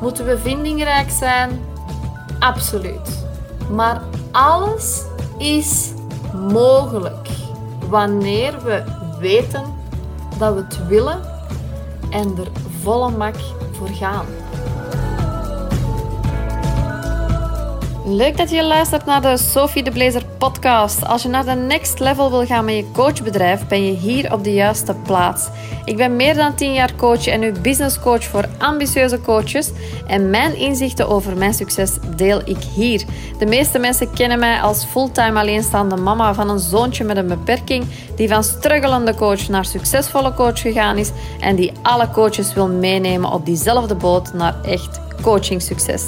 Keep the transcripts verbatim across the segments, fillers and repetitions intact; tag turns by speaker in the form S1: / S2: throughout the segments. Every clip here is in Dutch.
S1: Moeten we vindingrijk zijn? Absoluut. Maar alles is mogelijk wanneer we weten dat we het willen en er volle mak voor gaan. Leuk dat je luistert naar de Sophie de Blazer podcast. Als je naar de next level wil gaan met je coachbedrijf, ben je hier op de juiste plaats. Ik ben meer dan tien jaar coach en nu businesscoach voor ambitieuze coaches. En mijn inzichten over mijn succes deel ik hier. De meeste mensen kennen mij als fulltime alleenstaande mama van een zoontje met een beperking, die van struggelende coach naar succesvolle coach gegaan is en die alle coaches wil meenemen op diezelfde boot naar echt coachingsucces.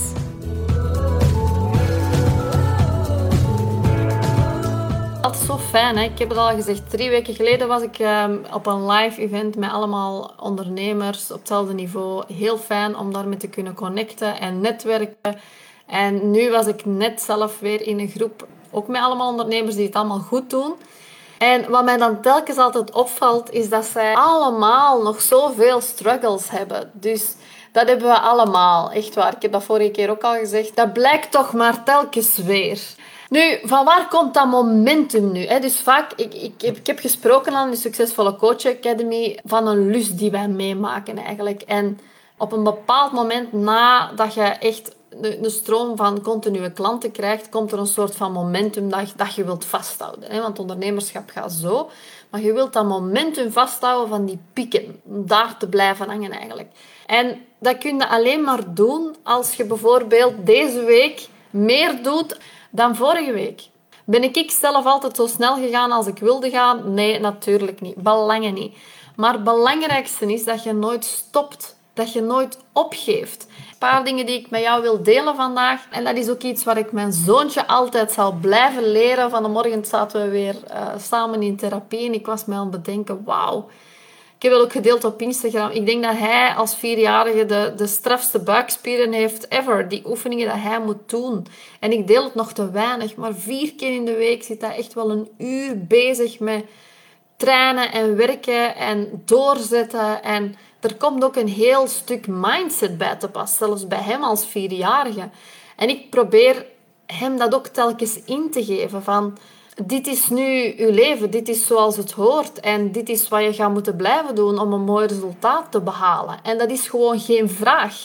S1: Dat is zo fijn, hè? Ik heb het al gezegd. Drie weken geleden was ik um, op een live event met allemaal ondernemers op hetzelfde niveau. Heel fijn om daarmee te kunnen connecten en netwerken. En nu was ik net zelf weer in een groep, ook met allemaal ondernemers die het allemaal goed doen. En wat mij dan telkens altijd opvalt, is dat zij allemaal nog zoveel struggles hebben. Dus dat hebben we allemaal, echt waar. Ik heb dat vorige keer ook al gezegd. Dat blijkt toch maar telkens weer. Nu, van waar komt dat momentum nu? Dus vaak, ik, ik, heb, ik heb gesproken aan de Succesvolle Coach Academy van een lust die wij meemaken eigenlijk. En op een bepaald moment, nadat je echt een stroom van continue klanten krijgt, komt er een soort van momentum dat, dat je wilt vasthouden. Want ondernemerschap gaat zo. Maar je wilt dat momentum vasthouden van die pieken. Om daar te blijven hangen eigenlijk. En dat kun je alleen maar doen als je bijvoorbeeld deze week meer doet dan vorige week. Ben ik zelf altijd zo snel gegaan als ik wilde gaan? Nee, natuurlijk niet. Belangen niet. Maar het belangrijkste is dat je nooit stopt. Dat je nooit opgeeft. Een paar dingen die ik met jou wil delen vandaag. En dat is ook iets waar ik mijn zoontje altijd zal blijven leren. Van de morgen zaten we weer uh, samen in therapie. En ik was me aan het bedenken, wauw. Ik heb het ook gedeeld op Instagram. Ik denk dat hij als vierjarige de, de strafste buikspieren heeft ever. Die oefeningen dat hij moet doen. En ik deel het nog te weinig. Maar vier keer in de week zit hij echt wel een uur bezig met trainen en werken en doorzetten. En er komt ook een heel stuk mindset bij te pas. Zelfs bij hem als vierjarige. En ik probeer hem dat ook telkens in te geven van... Dit is nu je leven, dit is zoals het hoort en dit is wat je gaat moeten blijven doen om een mooi resultaat te behalen. En dat is gewoon geen vraag.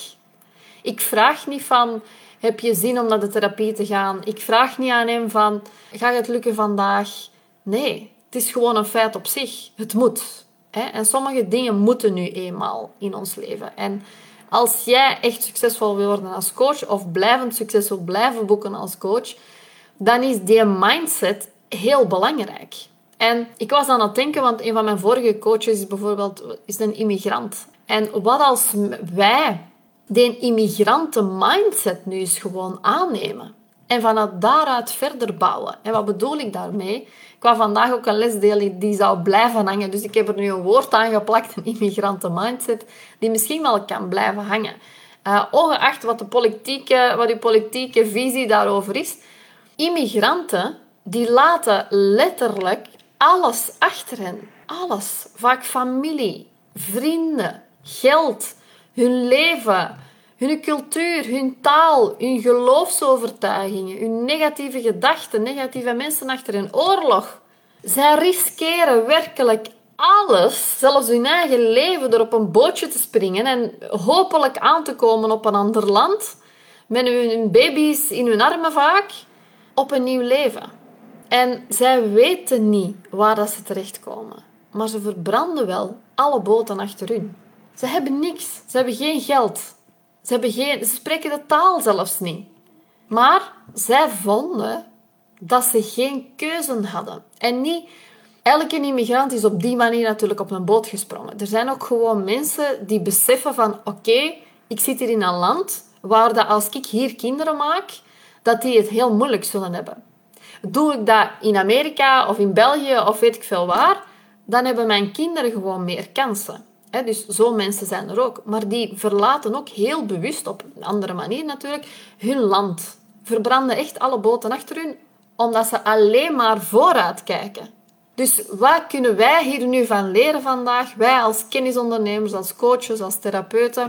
S1: Ik vraag niet van, heb je zin om naar de therapie te gaan? Ik vraag niet aan hem van, gaat het lukken vandaag? Nee, het is gewoon een feit op zich. Het moet. En sommige dingen moeten nu eenmaal in ons leven. En als jij echt succesvol wil worden als coach of blijvend succes wil blijven boeken als coach, dan is die mindset heel belangrijk. En ik was aan het denken, want een van mijn vorige coaches is bijvoorbeeld is een immigrant. En wat als wij die immigranten mindset nu eens gewoon aannemen en vanuit daaruit verder bouwen? En wat bedoel ik daarmee? Ik wou vandaag ook een les delen die zou blijven hangen. Dus ik heb er nu een woord aan geplakt, een immigranten mindset, die misschien wel kan blijven hangen. Uh, ongeacht wat de politieke, wat de politieke visie daarover is. Immigranten, die laten letterlijk alles achter hen. Alles. Vaak familie, vrienden, geld, hun leven, hun cultuur, hun taal, hun geloofsovertuigingen, hun negatieve gedachten, negatieve mensen achter hen, oorlog. Zij riskeren werkelijk alles, zelfs hun eigen leven, door op een bootje te springen en hopelijk aan te komen op een ander land, met hun baby's in hun armen vaak, op een nieuw leven. En zij weten niet waar dat ze terechtkomen. Maar ze verbranden wel alle boten achter hun. Ze hebben niks. Ze hebben geen geld. Ze, hebben geen, ze spreken de taal zelfs niet. Maar zij vonden dat ze geen keuze hadden. En niet elke immigrant is op die manier natuurlijk op een boot gesprongen. Er zijn ook gewoon mensen die beseffen van oké, okay, ik zit hier in een land waar dat als ik hier kinderen maak, dat die het heel moeilijk zullen hebben. Doe ik dat in Amerika of in België of weet ik veel waar, dan hebben mijn kinderen gewoon meer kansen. He, dus zo'n mensen zijn er ook. Maar die verlaten ook heel bewust, op een andere manier natuurlijk, hun land. Verbranden echt alle boten achter hun, omdat ze alleen maar vooruit kijken. Dus wat kunnen wij hier nu van leren vandaag? Wij als kennisondernemers, als coaches, als therapeuten.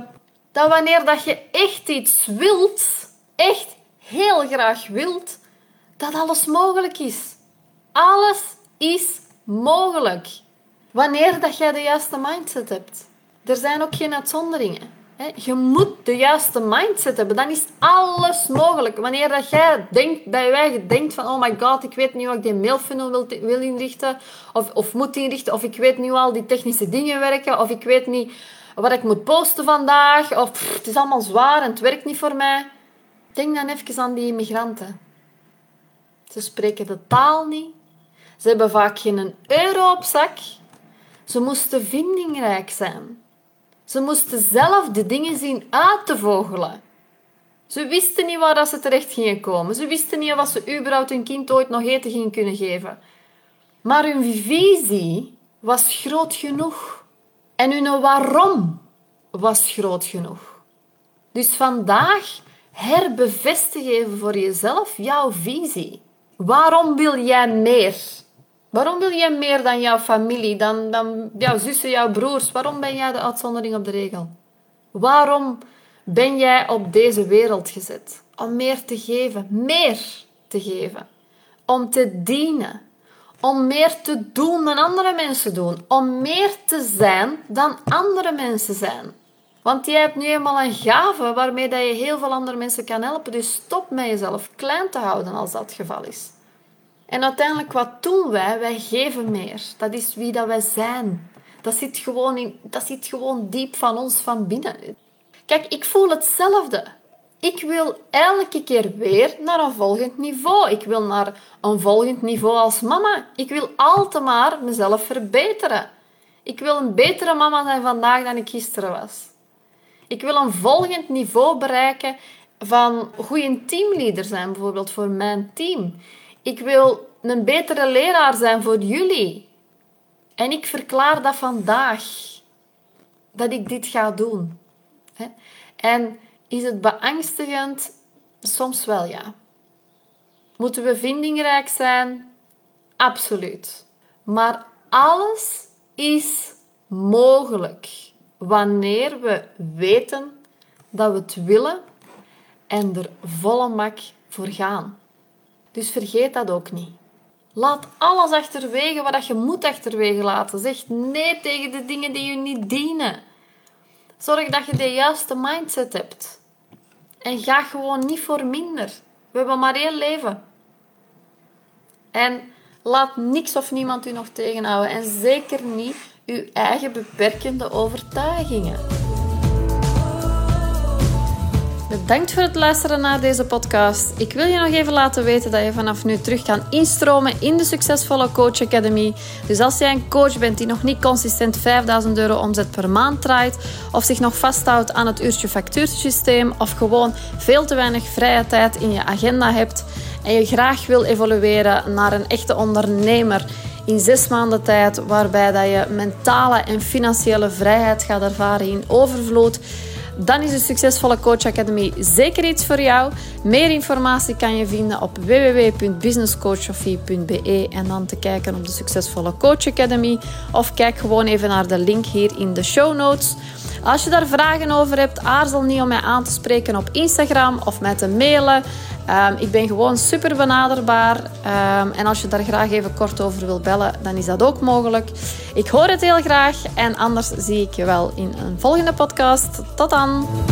S1: dat wanneer dat je echt iets wilt, echt heel graag wilt, dat alles mogelijk is. Alles is mogelijk. Wanneer dat jij de juiste mindset hebt. Er zijn ook geen uitzonderingen. Je moet de juiste mindset hebben. Dan is alles mogelijk. Wanneer dat jij denkt, bij wij denkt van oh my god, ik weet niet hoe ik die mailfunnel wil, wil inrichten. Of, of moet inrichten. Of ik weet niet hoe al die technische dingen werken. Of ik weet niet wat ik moet posten vandaag. Of pff, het is allemaal zwaar en het werkt niet voor mij. Denk dan even aan die immigranten. Ze spreken de taal niet. Ze hebben vaak geen euro op zak. Ze moesten vindingrijk zijn. Ze moesten zelf de dingen zien uit te vogelen. Ze wisten niet waar ze terecht gingen komen. Ze wisten niet of ze überhaupt hun kind ooit nog eten gingen kunnen geven. Maar hun visie was groot genoeg. En hun waarom was groot genoeg. Dus vandaag herbevestig even voor jezelf jouw visie. Waarom wil jij meer? Waarom wil jij meer dan jouw familie, dan, dan jouw zussen, jouw broers? Waarom ben jij de uitzondering op de regel? Waarom ben jij op deze wereld gezet? Om meer te geven, meer te geven. Om te dienen. Om meer te doen dan andere mensen doen. Om meer te zijn dan andere mensen zijn. Want jij hebt nu eenmaal een gave waarmee dat je heel veel andere mensen kan helpen. Dus stop met jezelf klein te houden als dat het geval is. En uiteindelijk, wat doen wij? Wij geven meer. Dat is wie dat wij zijn. Dat zit gewoon, in, dat zit gewoon diep van ons, van binnen. Kijk, ik voel hetzelfde. Ik wil elke keer weer naar een volgend niveau. Ik wil naar een volgend niveau als mama. Ik wil altijd maar mezelf verbeteren. Ik wil een betere mama zijn vandaag dan ik gisteren was. Ik wil een volgend niveau bereiken van goede teamleader zijn, bijvoorbeeld voor mijn team. Ik wil een betere leraar zijn voor jullie. En ik verklaar dat vandaag. Dat ik dit ga doen. En is het beangstigend? Soms wel, ja. Moeten we vindingrijk zijn? Absoluut. Maar alles is mogelijk. Wanneer we weten dat we het willen en er volle mak voor gaan. Dus vergeet dat ook niet. Laat alles achterwege wat je moet achterwege laten. Zeg nee tegen de dingen die je niet dienen. Zorg dat je de juiste mindset hebt. En ga gewoon niet voor minder. We hebben maar één leven. En laat niks of niemand u nog tegenhouden. En zeker niet uw eigen beperkende overtuigingen. Bedankt voor het luisteren naar deze podcast. Ik wil je nog even laten weten dat je vanaf nu terug kan instromen in de Succesvolle Coach Academy. Dus als jij een coach bent die nog niet consistent vijfduizend euro omzet per maand draait, of zich nog vasthoudt aan het uurtje-factuursysteem, of gewoon veel te weinig vrije tijd in je agenda hebt en je graag wil evolueren naar een echte ondernemer in zes maanden tijd, waarbij dat je mentale en financiële vrijheid gaat ervaren in overvloed, dan is de Succesvolle Coach Academy zeker iets voor jou. Meer informatie kan je vinden op w w w punt businesscoachsofie punt b e en dan te kijken op de Succesvolle Coach Academy. Of kijk gewoon even naar de link hier in de show notes. Als je daar vragen over hebt, aarzel niet om mij aan te spreken op Instagram of mij te mailen. Um, ik ben gewoon super benaderbaar. Um, en als je daar graag even kort over wil bellen, dan is dat ook mogelijk. Ik hoor het heel graag en anders zie ik je wel in een volgende podcast. Tot dan!